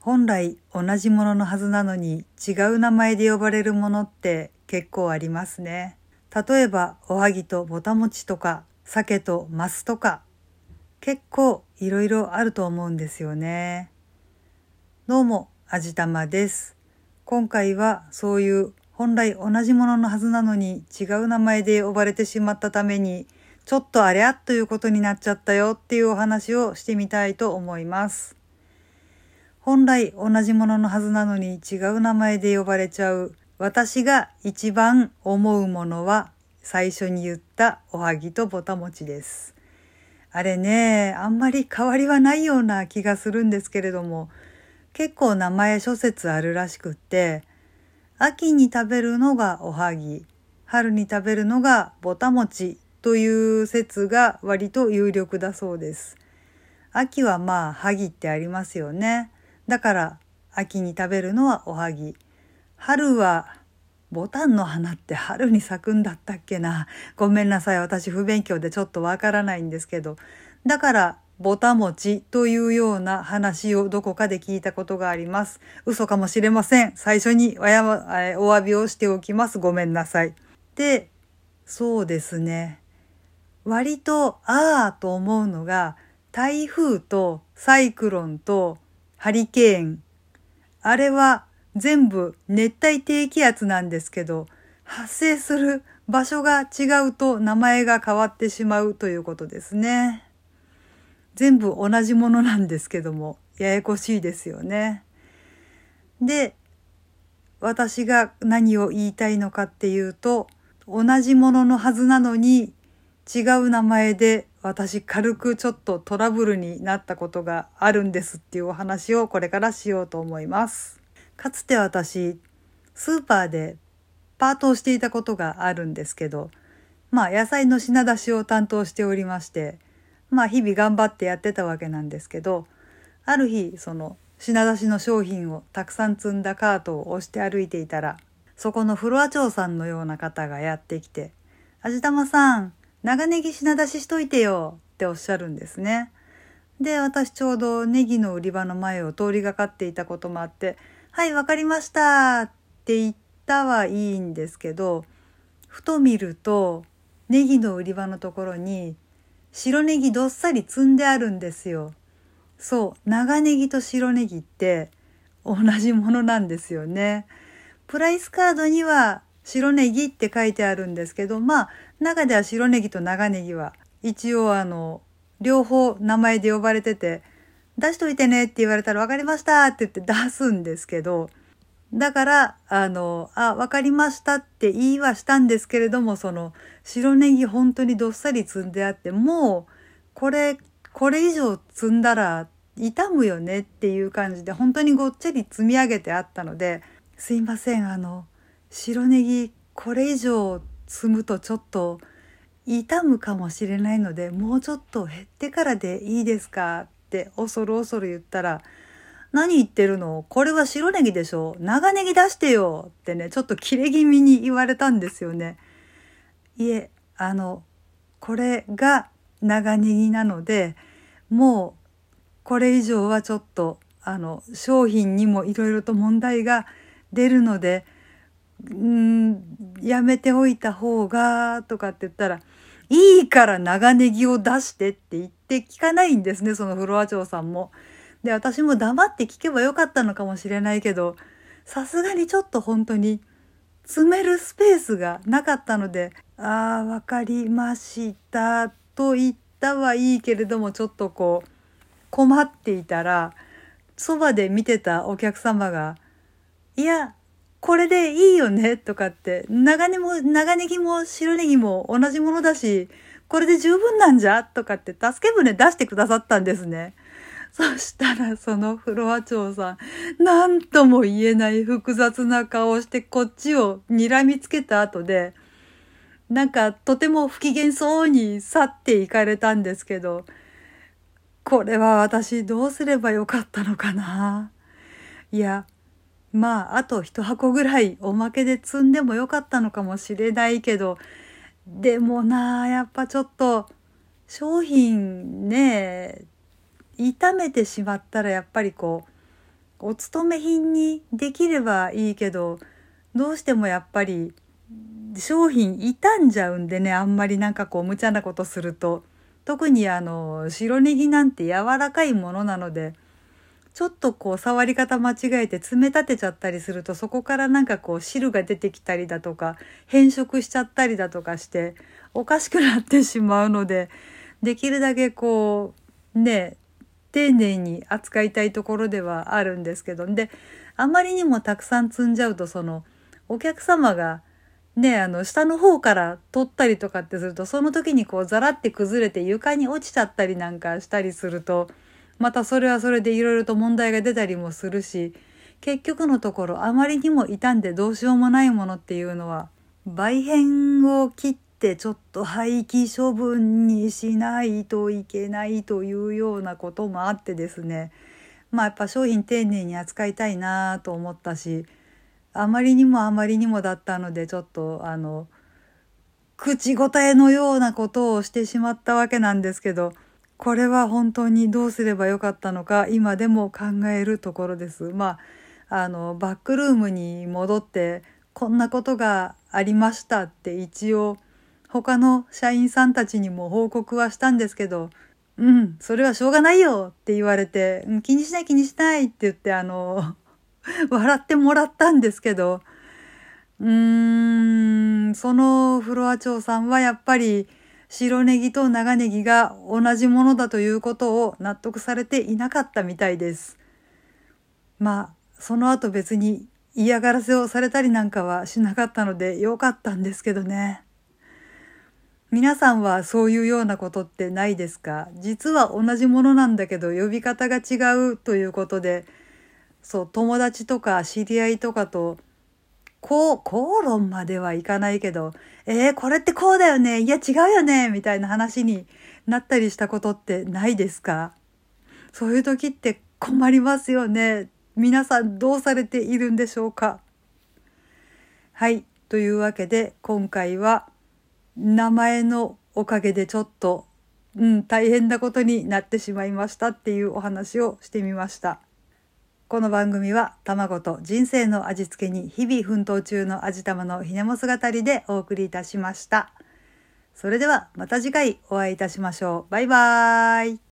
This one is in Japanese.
本来同じもののはずなのに違う名前で呼ばれるものって結構ありますね。例えばおはぎとぼたもちとか鮭とマスとか結構いろいろあると思うんですよね。どうもあじたまです。今回はそういう本来同じもののはずなのに違う名前で呼ばれてしまったためにちょっとありゃということになっちゃったよっていうお話をしてみたいと思います。本来同じもののはずなのに違う名前で呼ばれちゃう私が一番思うものは最初に言ったおはぎとぼたもちです。あれね、あんまり変わりはないような気がするんですけれども、結構名前諸説あるらしくって、秋に食べるのがおはぎ、春に食べるのがぼたもちという説が割と有力だそうです。秋ははぎってありますよね。だから秋に食べるのはおはぎ。春はボタンの花って春に咲くんだったっけな。ごめんなさい。私不勉強でちょっとわからないんですけど。だからぼたもちというような話をどこかで聞いたことがあります。嘘かもしれません。最初にお詫びをしておきます。ごめんなさい。で、そうですね。割とと思うのが台風とサイクロンとハリケーン。あれは全部熱帯低気圧なんですけど、発生する場所が違うと名前が変わってしまうということですね。全部同じものなんですけども、ややこしいですよね。で、私が何を言いたいのかっていうと、同じもののはずなのに違う名前で私軽くちょっとトラブルになったことがあるんですっていうお話をこれからしようと思います。かつて私スーパーでパートをしていたことがあるんですけど、野菜の品出しを担当しておりまして、日々頑張ってやってたわけなんですけど、ある日その品出しの商品をたくさん積んだカートを押して歩いていたら、そこのフロア長さんのような方がやってきて、あじたまさん、長ネギ品出ししといてよっておっしゃるんですね。で、私ちょうどネギの売り場の前を通りがかっていたこともあって、はい、わかりましたって言ったはいいんですけど、ふと見るとネギの売り場のところに白ネギどっさり積んであるんですよ。そう、長ネギと白ネギって同じものなんですよね。プライスカードには白ネギって書いてあるんですけど、中では白ネギと長ネギは一応両方名前で呼ばれてて、出しといてねって言われたら分かりましたって言って出すんですけど、だから分かりましたって言いはしたんですけれども、その白ネギ本当にどっさり積んであって、もうこれ以上積んだら傷むよねっていう感じで本当にごっちゃり積み上げてあったので、すいません白ネギこれ以上積むとちょっと傷むかもしれないので、もうちょっと減ってからでいいですかって恐る恐る言ったら、何言ってるの、これは白ネギでしょ、長ネギ出してよってね、ちょっと切れ気味に言われたんですよね。いえ、これが長ネギなので、もうこれ以上はちょっと商品にもいろいろと問題が出るので、やめておいた方がとかって言ったら、いいから長ネギを出してって言って聞かないんですね、そのフロア長さんも。で、私も黙って聞けばよかったのかもしれないけど、さすがにちょっと本当に詰めるスペースがなかったので、わかりましたと言ったはいいけれども、ちょっと困っていたら、そばで見てたお客様が、いや、これでいいよねとかって、長ネギも白ネギも同じものだし、これで十分なんじゃとかって助け舟出してくださったんですね。そしたらそのフロア長さん、なんとも言えない複雑な顔をしてこっちを睨みつけた後で、なんかとても不機嫌そうに去っていかれたんですけど、これは私どうすればよかったのかな。いや、あと一箱ぐらいおまけで積んでもよかったのかもしれないけど、でもやっぱちょっと商品ね、炒めてしまったらやっぱりお勤め品にできればいいけど、どうしてもやっぱり商品傷んじゃうんでね、あんまりなんかこう無茶なことすると。特に白ネギなんて柔らかいものなので、ちょっとこう触り方間違えて爪立てちゃったりすると、そこからなんかこう汁が出てきたりだとか変色しちゃったりだとかしておかしくなってしまうので、できるだけこうね、丁寧に扱いたいところではあるんですけど、であまりにもたくさん積んじゃうと、そのお客様がね、下の方から取ったりとかってすると、その時にこうザラって崩れて床に落ちちゃったりなんかしたりすると、またそれはそれでいろいろと問題が出たりもするし、結局のところあまりにも傷んでどうしようもないものっていうのは、売片を切ってちょっと廃棄処分にしないといけないというようなこともあってですね、やっぱ商品丁寧に扱いたいなと思ったし、あまりにもだったので、ちょっと口答えのようなことをしてしまったわけなんですけど、これは本当にどうすればよかったのか今でも考えるところです。バックルームに戻ってこんなことがありましたって一応他の社員さんたちにも報告はしたんですけど、それはしょうがないよって言われて、気にしないって言って笑ってもらったんですけど、そのフロア長さんはやっぱり白ネギと長ネギが同じものだということを納得されていなかったみたいです。その後別に嫌がらせをされたりなんかはしなかったのでよかったんですけどね。皆さんはそういうようなことってないですか？実は同じものなんだけど呼び方が違うということで、友達とか知り合いとかと口論まではいかないけど、これってこうだよね、いや違うよねみたいな話になったりしたことってないですか？そういう時って困りますよね。皆さんどうされているんでしょうか？はい、というわけで今回は名前のおかげでちょっと大変なことになってしまいましたっていうお話をしてみました。この番組は卵と人生の味付けに日々奮闘中の味玉のひねも姿でお送りいたしました。それではまた次回お会いいたしましょう。バイバーイ。